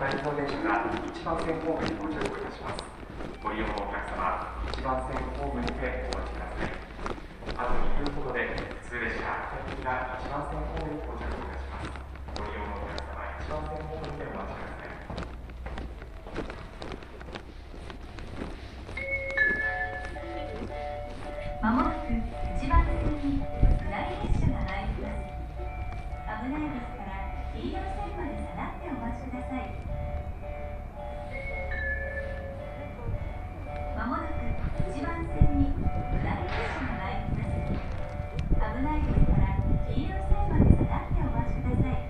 大気の電車が1番線ホームに到着いたします。ご利用のお客様、1番線ホームにてお待ちください。あと2分ほどで普通列車各駅が1番線ホームに到着いたします。ご利用のお客様、1番線ホームにてお待ちください。 まもなく1番線に下り列車が参ります。危ないですから黄色い線まで下がってお待ちください。まもなく1番線に下り列車が参ります。危ないですから黄色い線まで下がってお待ちください。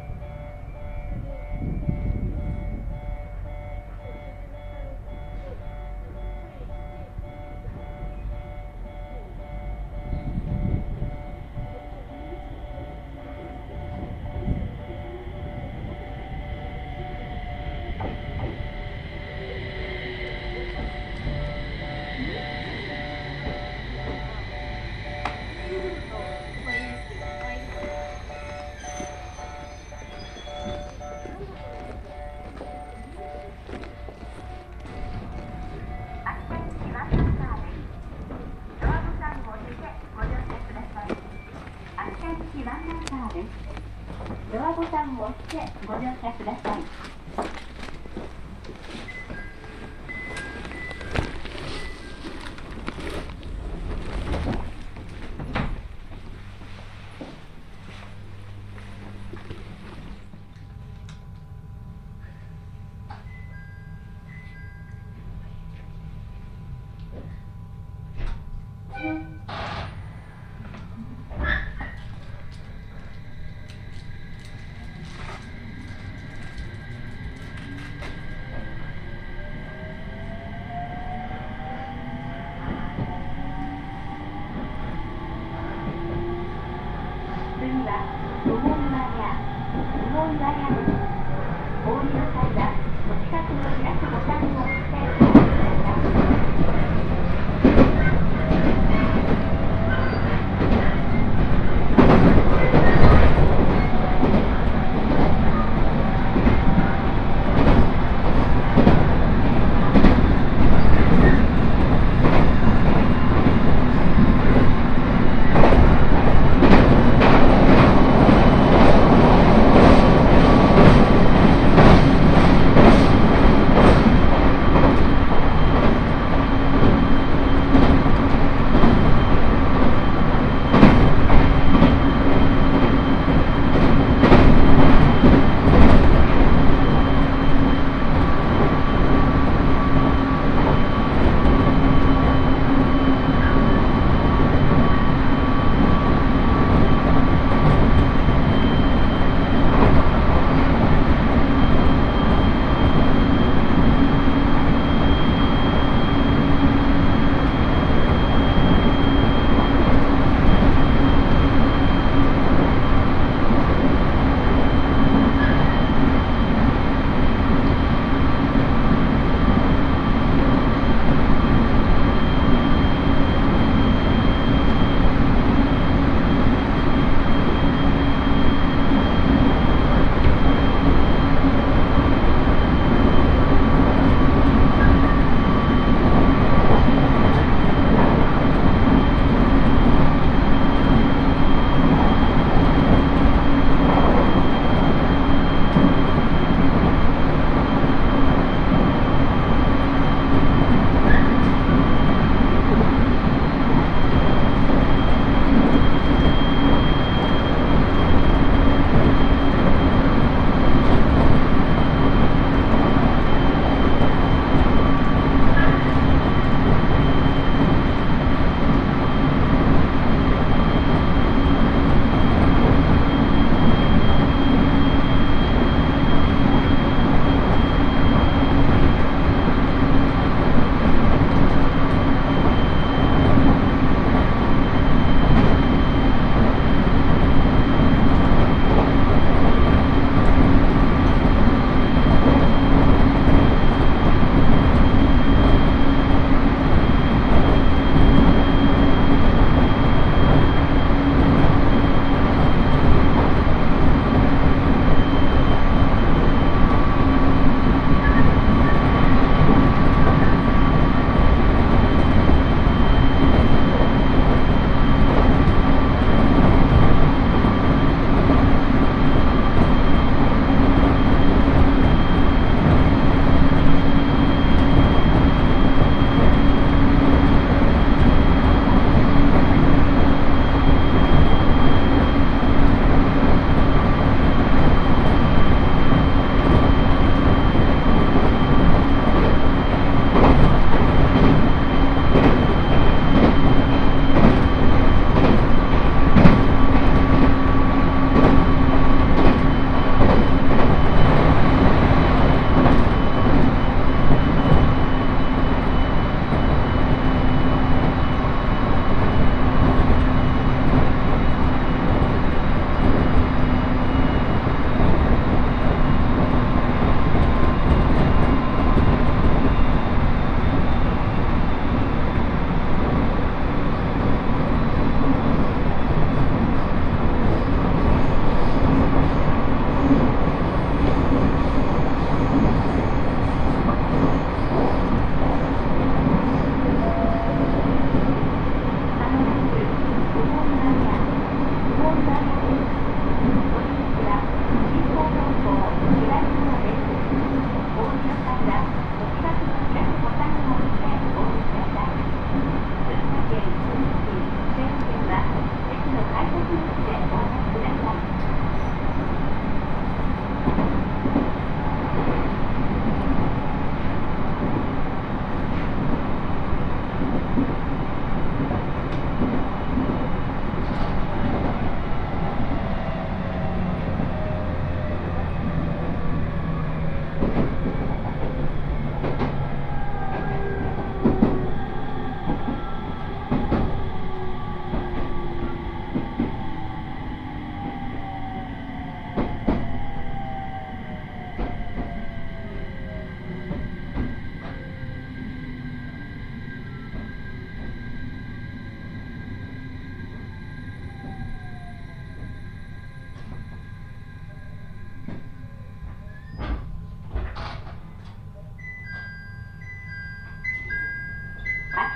ドアボタンを押してご乗車ください。次は魚沼屋です。お降りの際はお近くの開くボタンを押してお降りください。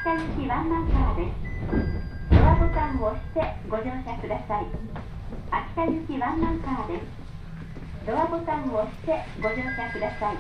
田行きワンマンカーです。ドアボタンを押してご乗車ください。秋田行きワンマンカーです。ドアボタンを押してご乗車ください。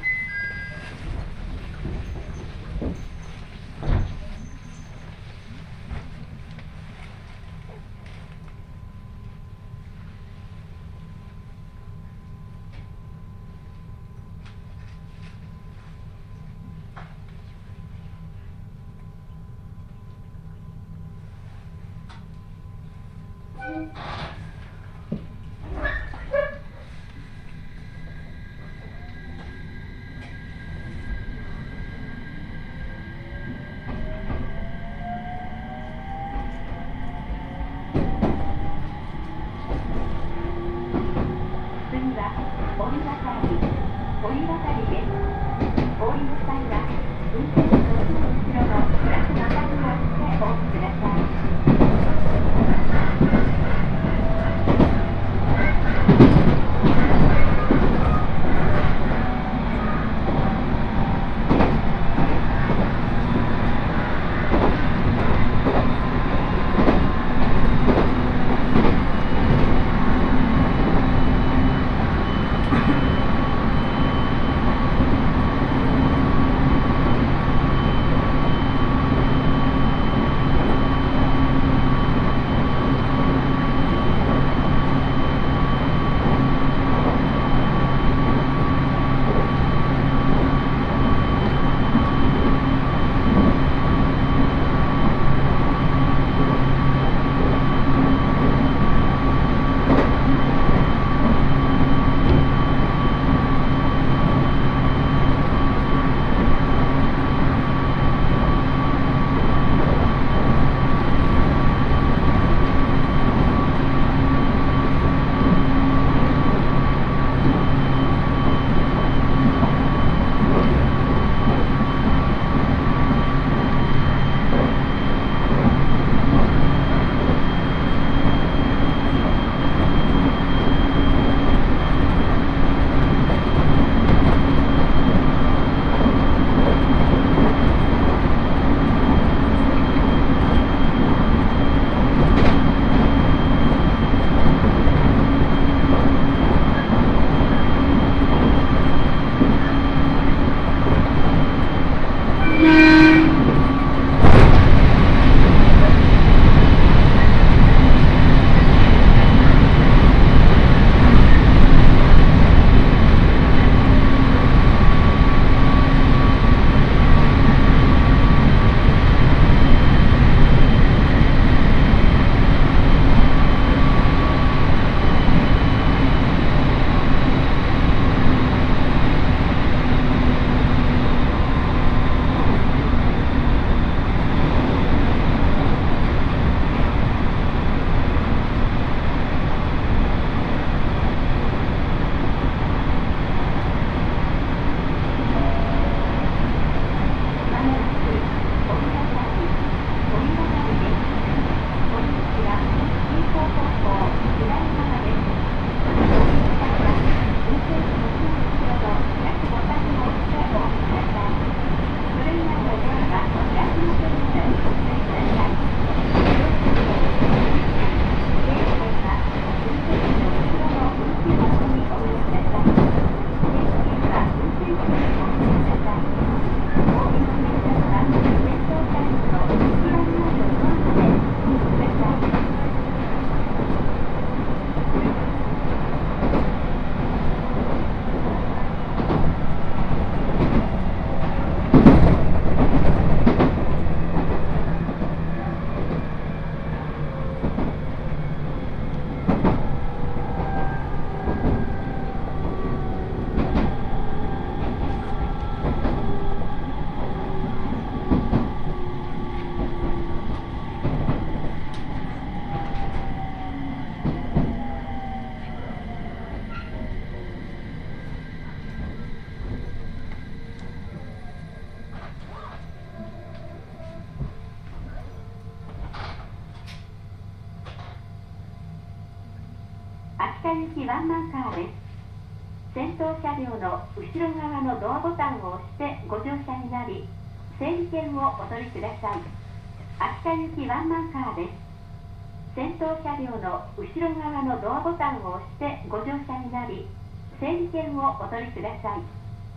秋田行きワンマンカーです。先頭車両の後ろ側のドアボタンを押してご乗車になり、整理券をお取りください。 秋田行きワンマンカーです。先頭車両の後ろ側のドアボタンを押してご乗車になり、整理券をお取りください。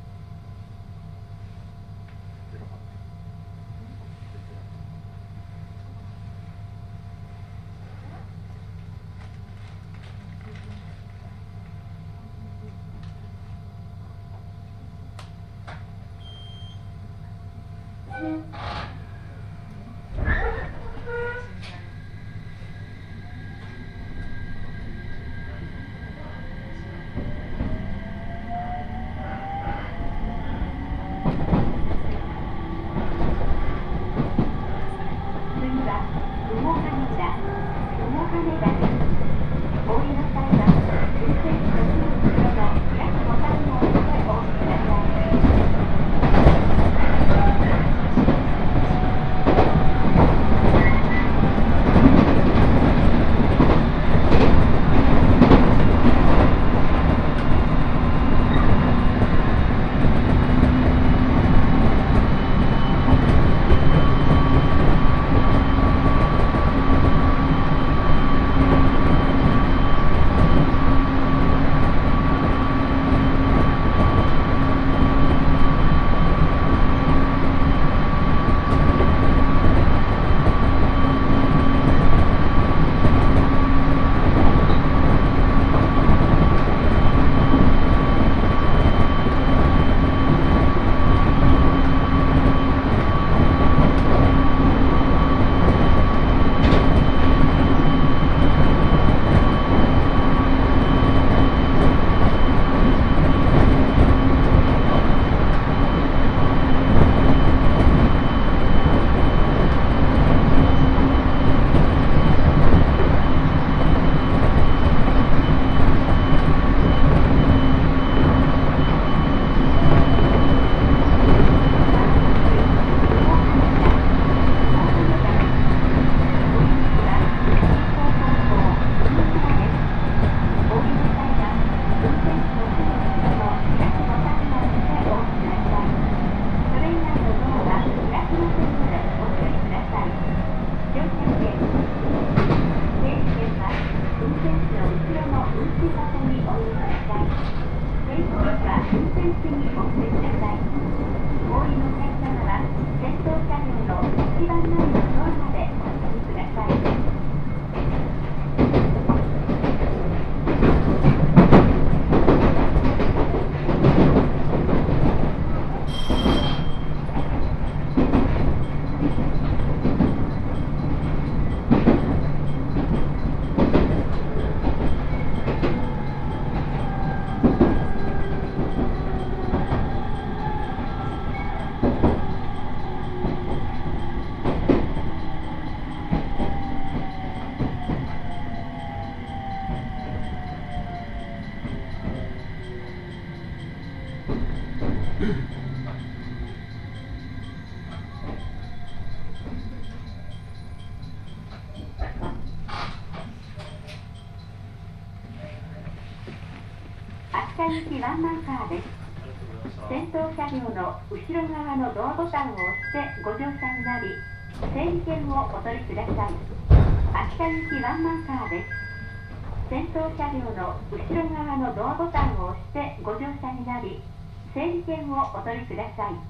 秋田行きワンマンカーです。先頭車両の後ろ側のドアボタンを押してご乗車になり、整理券をお取りください。秋田行きワンマンカーです。先頭車両の後ろ側のドアボタンを押してご乗車になり、整理券をお取りください。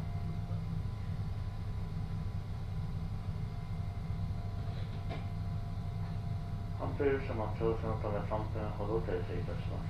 反対列車待ち合わせのため3分ほど停止いたします。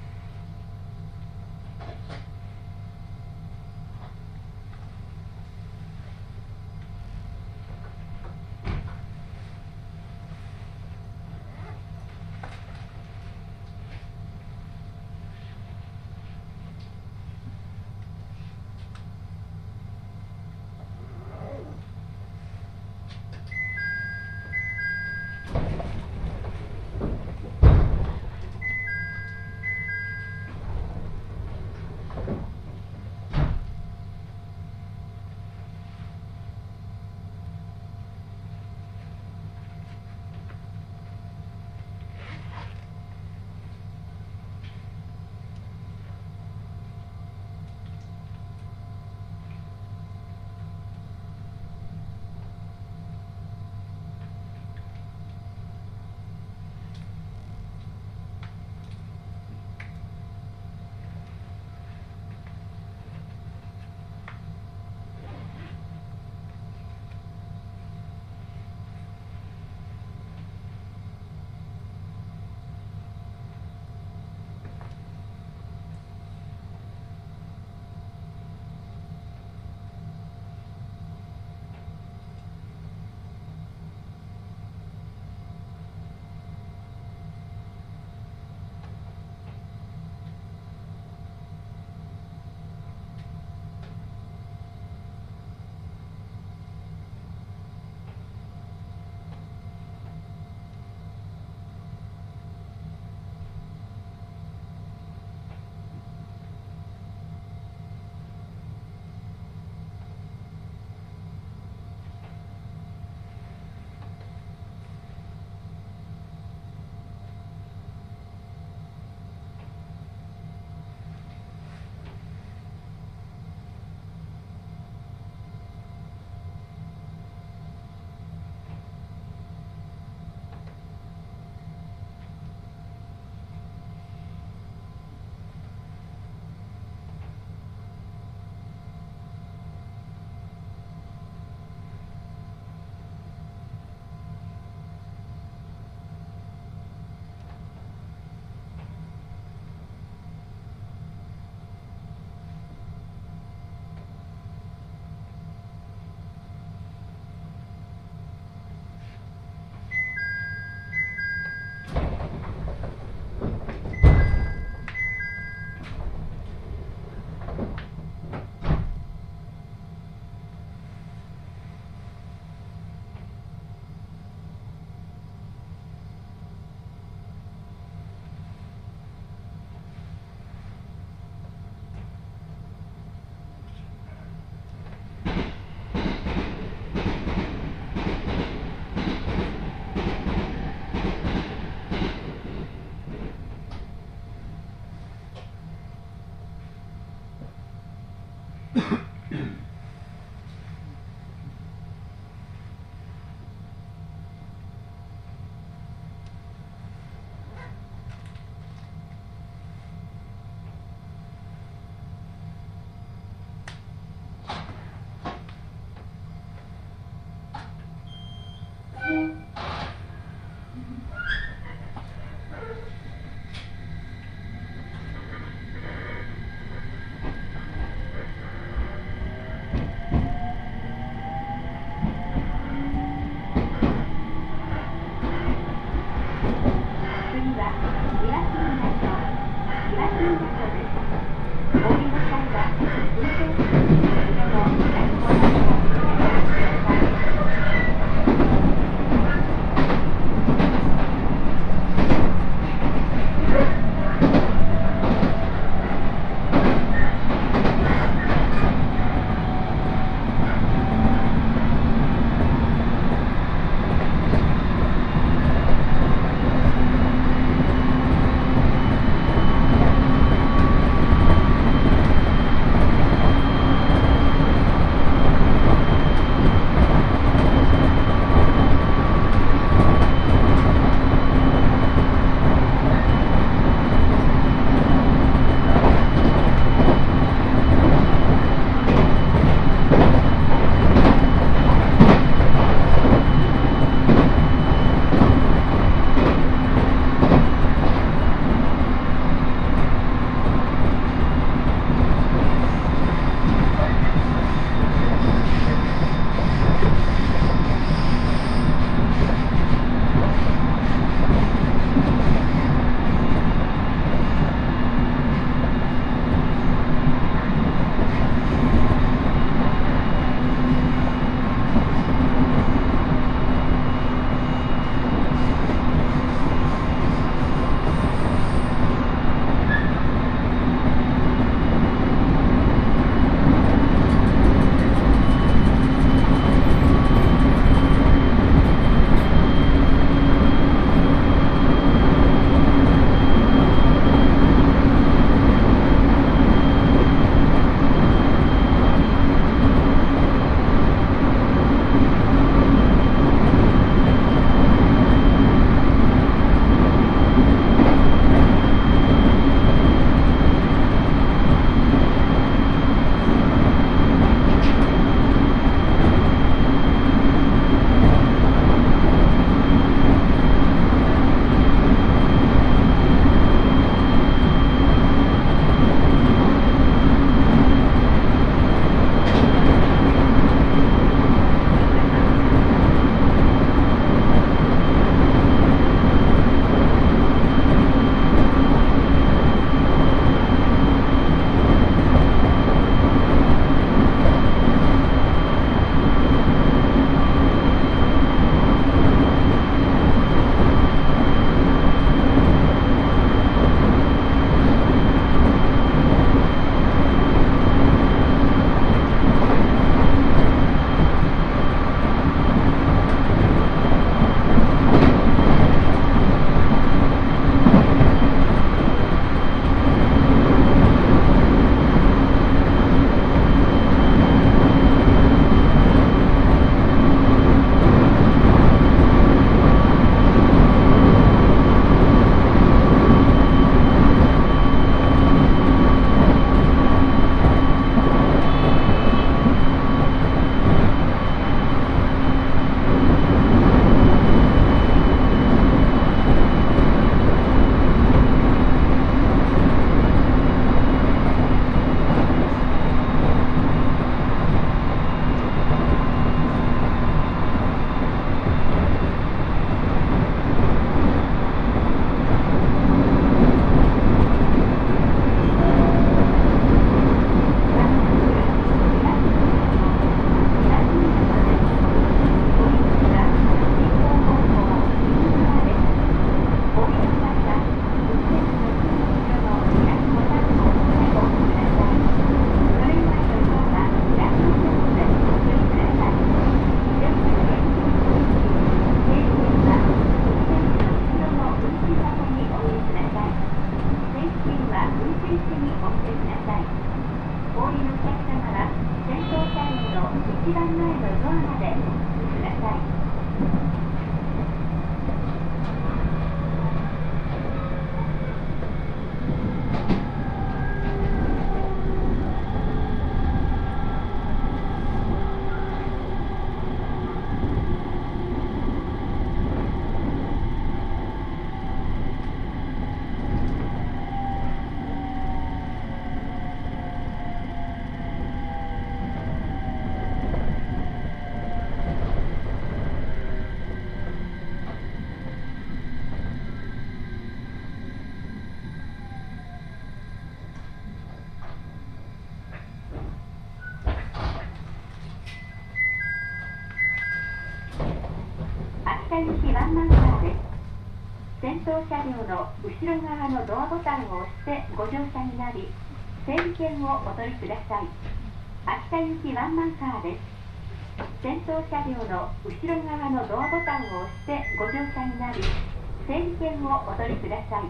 頭車両の後ろ側のドアボタンを押してご乗車になり、整理券をお取りください。秋田行きワンマンカーです。先頭車両の後ろ側のドアボタンを押してご乗車になり、整理券をお取りください。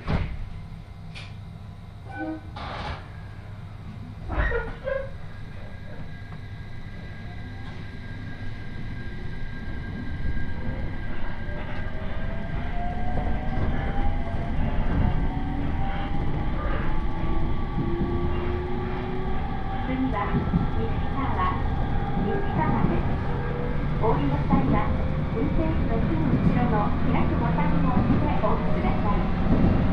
次は西川です。お降りの際は運転士のすぐ後ろの開くボタンを押してお降りください。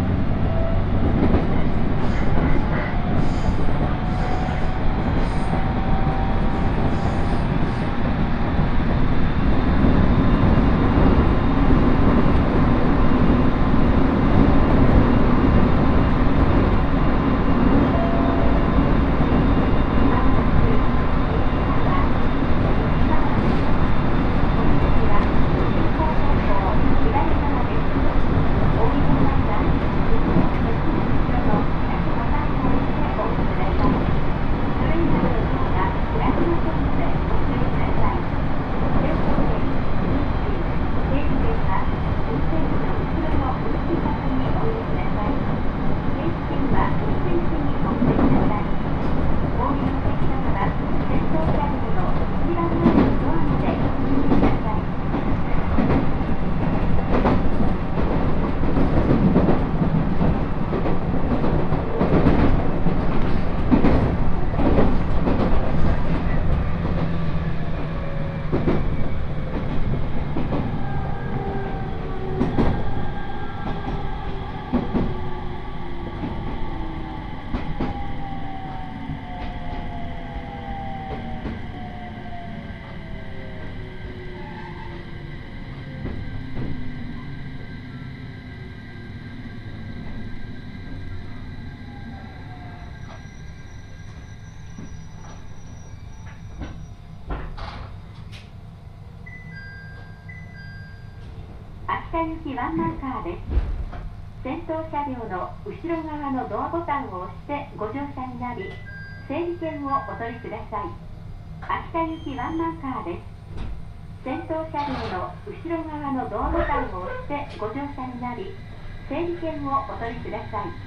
秋田行きワンマンカーです。先頭車両の後ろ側のドアボタンを押してご乗車になり、整理券をお取りください。秋田行きワンマンカーです。先頭車両の後ろ側のドアボタンを押してご乗車になり、整理券をお取りください。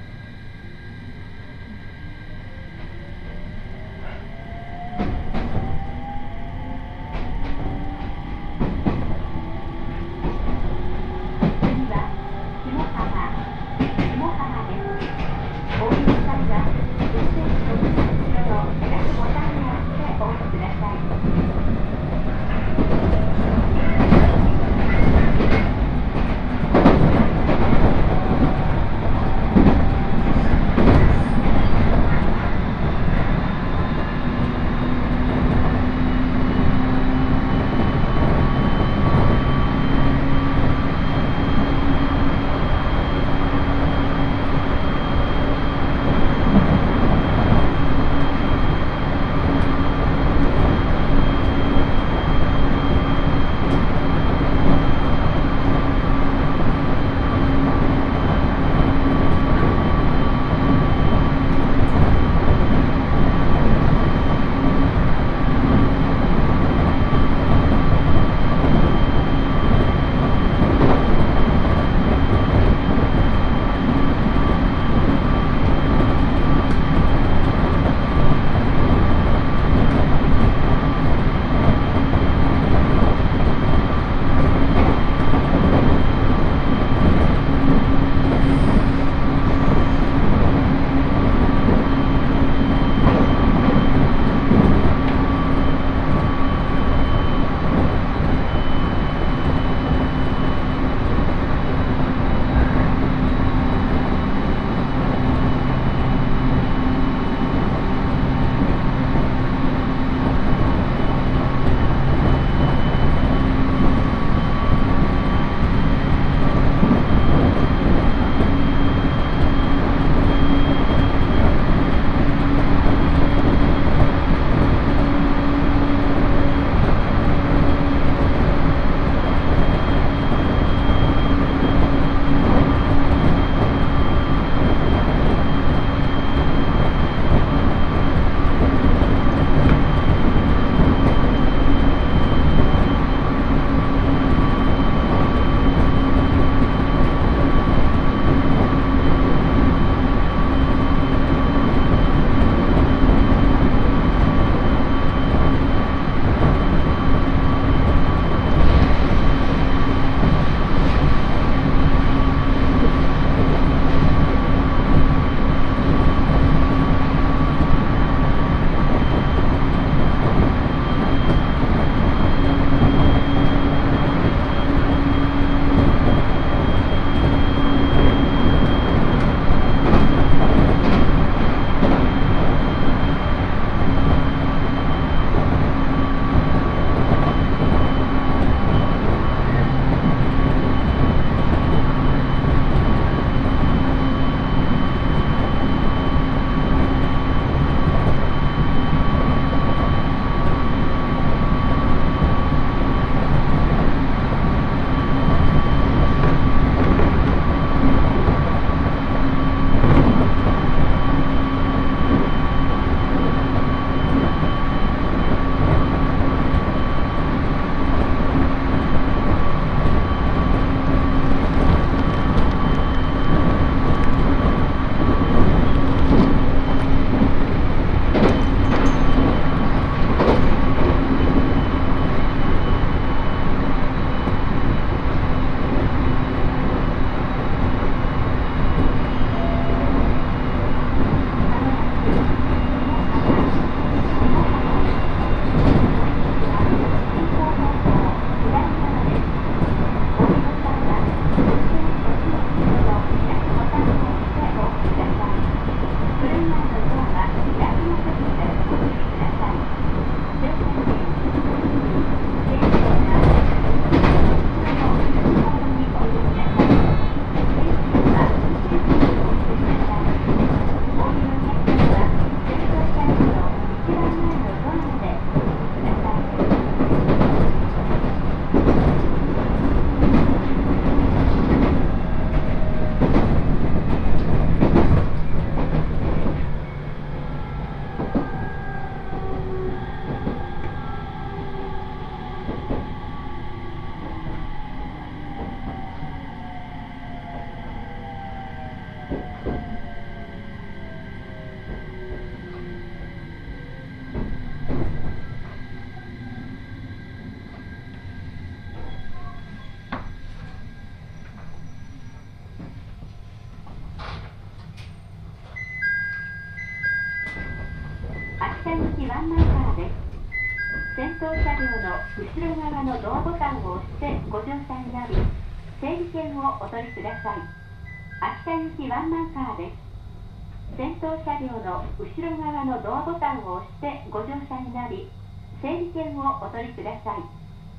ワンマンカーです。先頭車両の後ろ側のドアボタンを押してご乗車になり、整理券をお取りください。秋田行きワンマンカーです。先頭車両の後ろ側のドアボタンを押してご乗車になり、整理券をお取りください。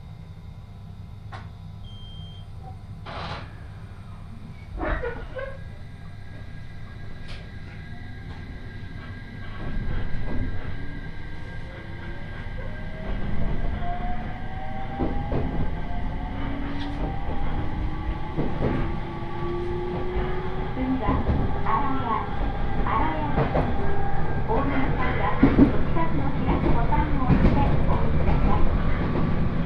次は荒谷です。大宮さんはご自宅の開くボタンを押してお降りください。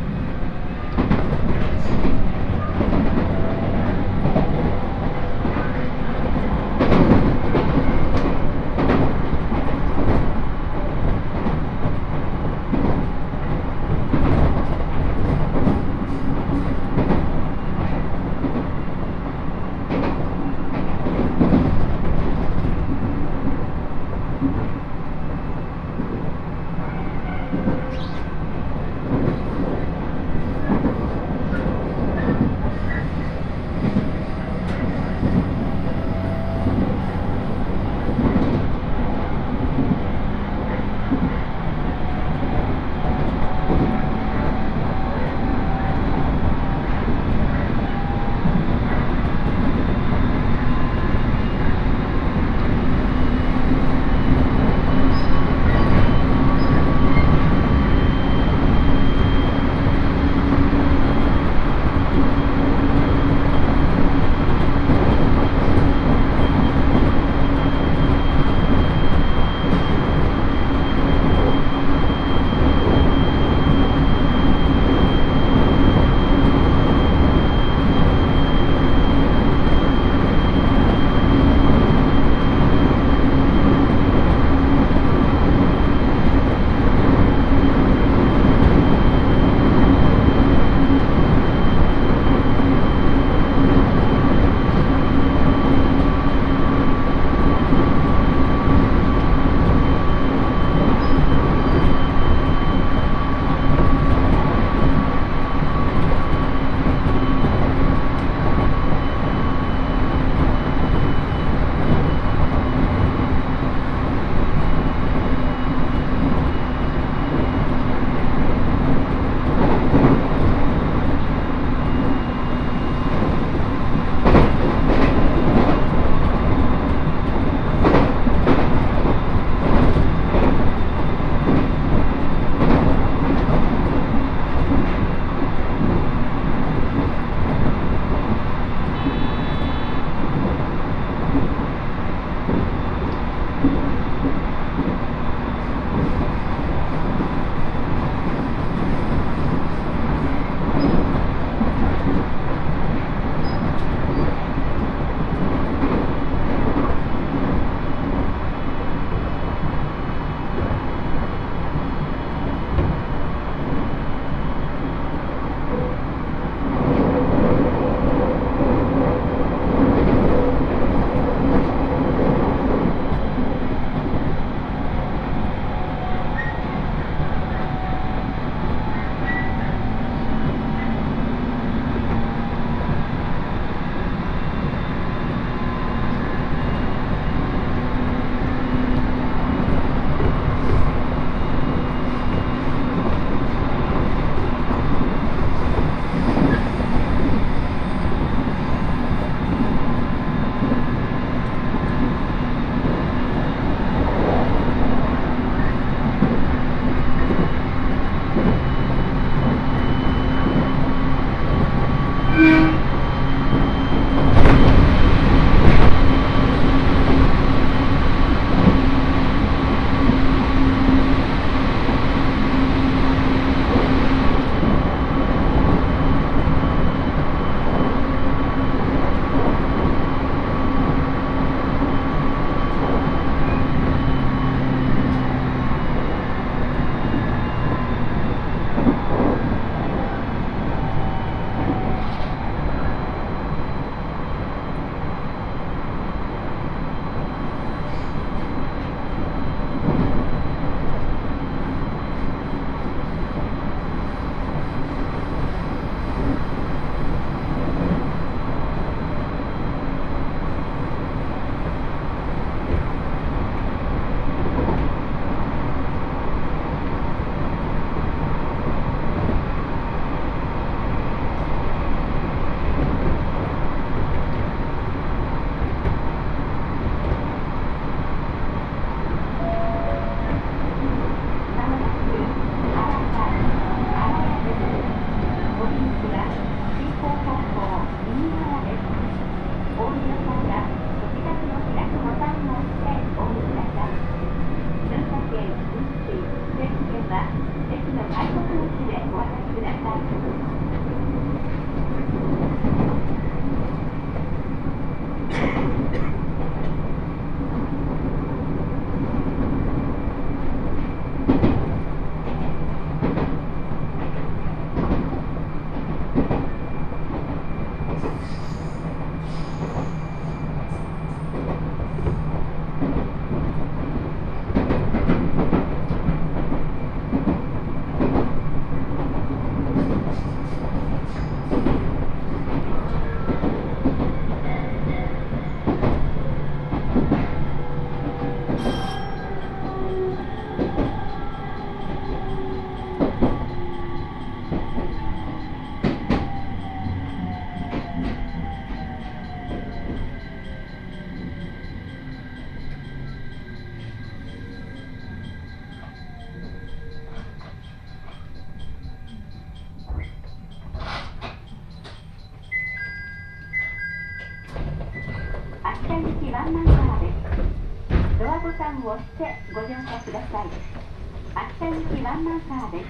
アボタンを押してご乗車ください。秋田行きワンマンカーです。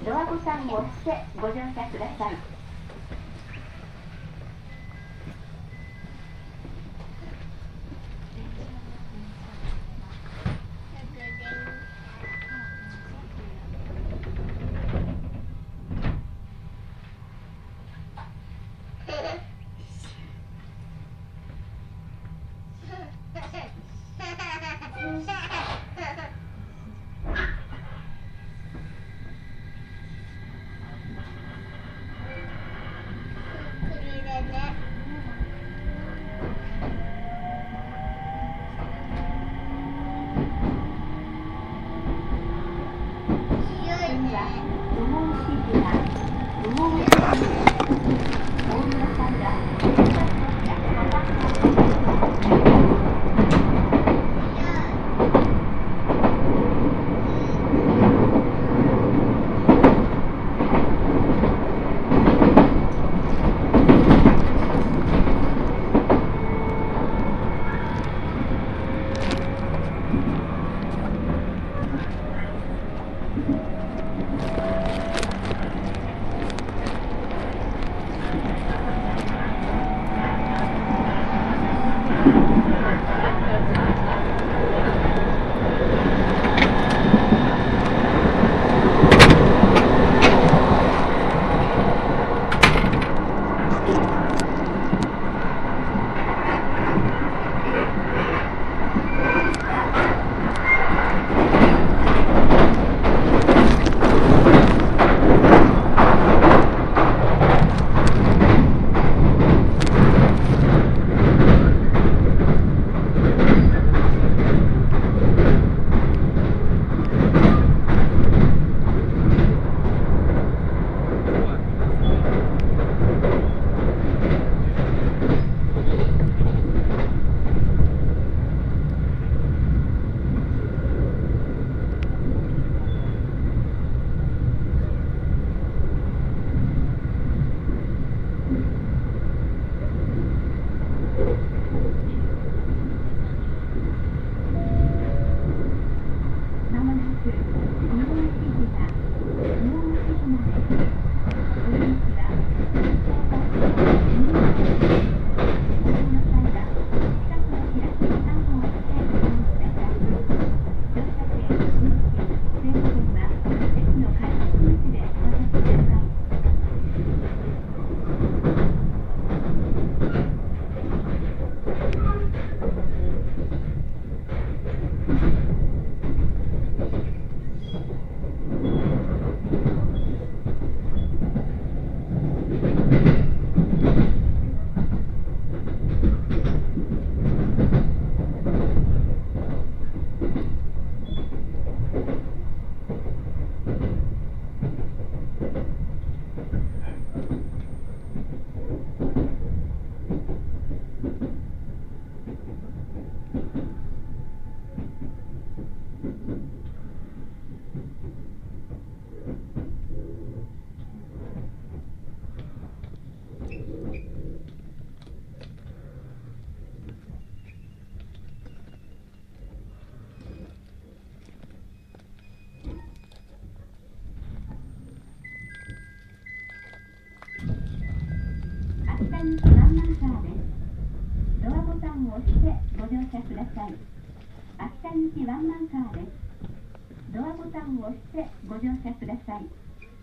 ドアボタンを押してご乗車ください。 にワンマンカーです。ドアボタンを押してご乗車ください。秋田行きワンマンカーです。ドアボタンを押してご乗車ください。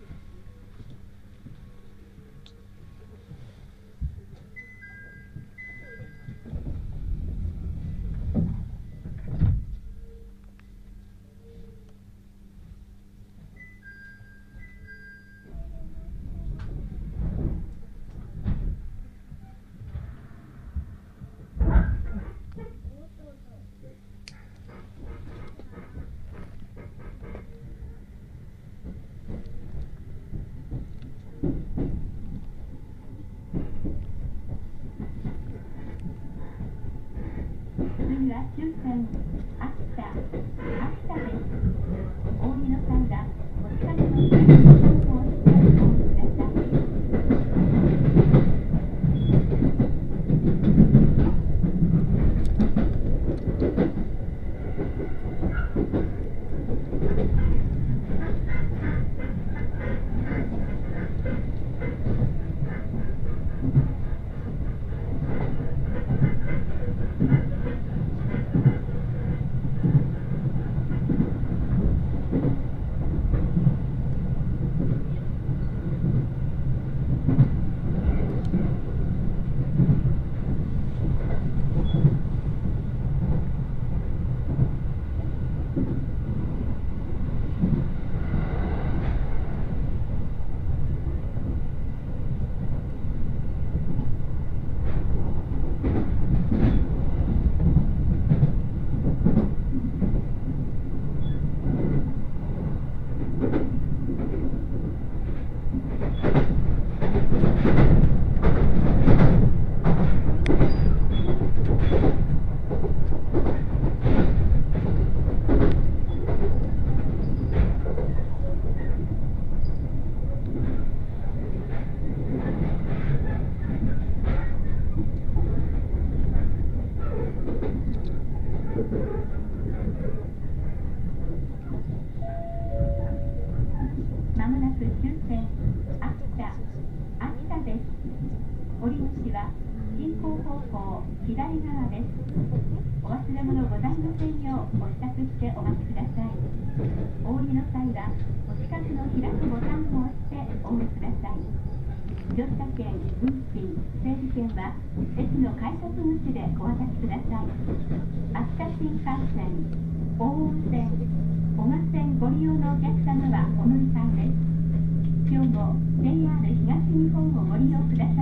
次は終点秋田です。大見の階段お疲れの際にボタンを押してお降りください。 まもなく終点秋田です。降り口は進行方向左側です。お忘れ物ございませんようお支度してお待ちください。お降りの際はお近くの開くボタンを押してお降りください。乗車券、運賃、整理券は駅の改札口でお渡しください。秋田新幹線、奥羽線、男鹿線ご利用のお客様はお乗り換えです。今日も JR 東日本をご利用ください。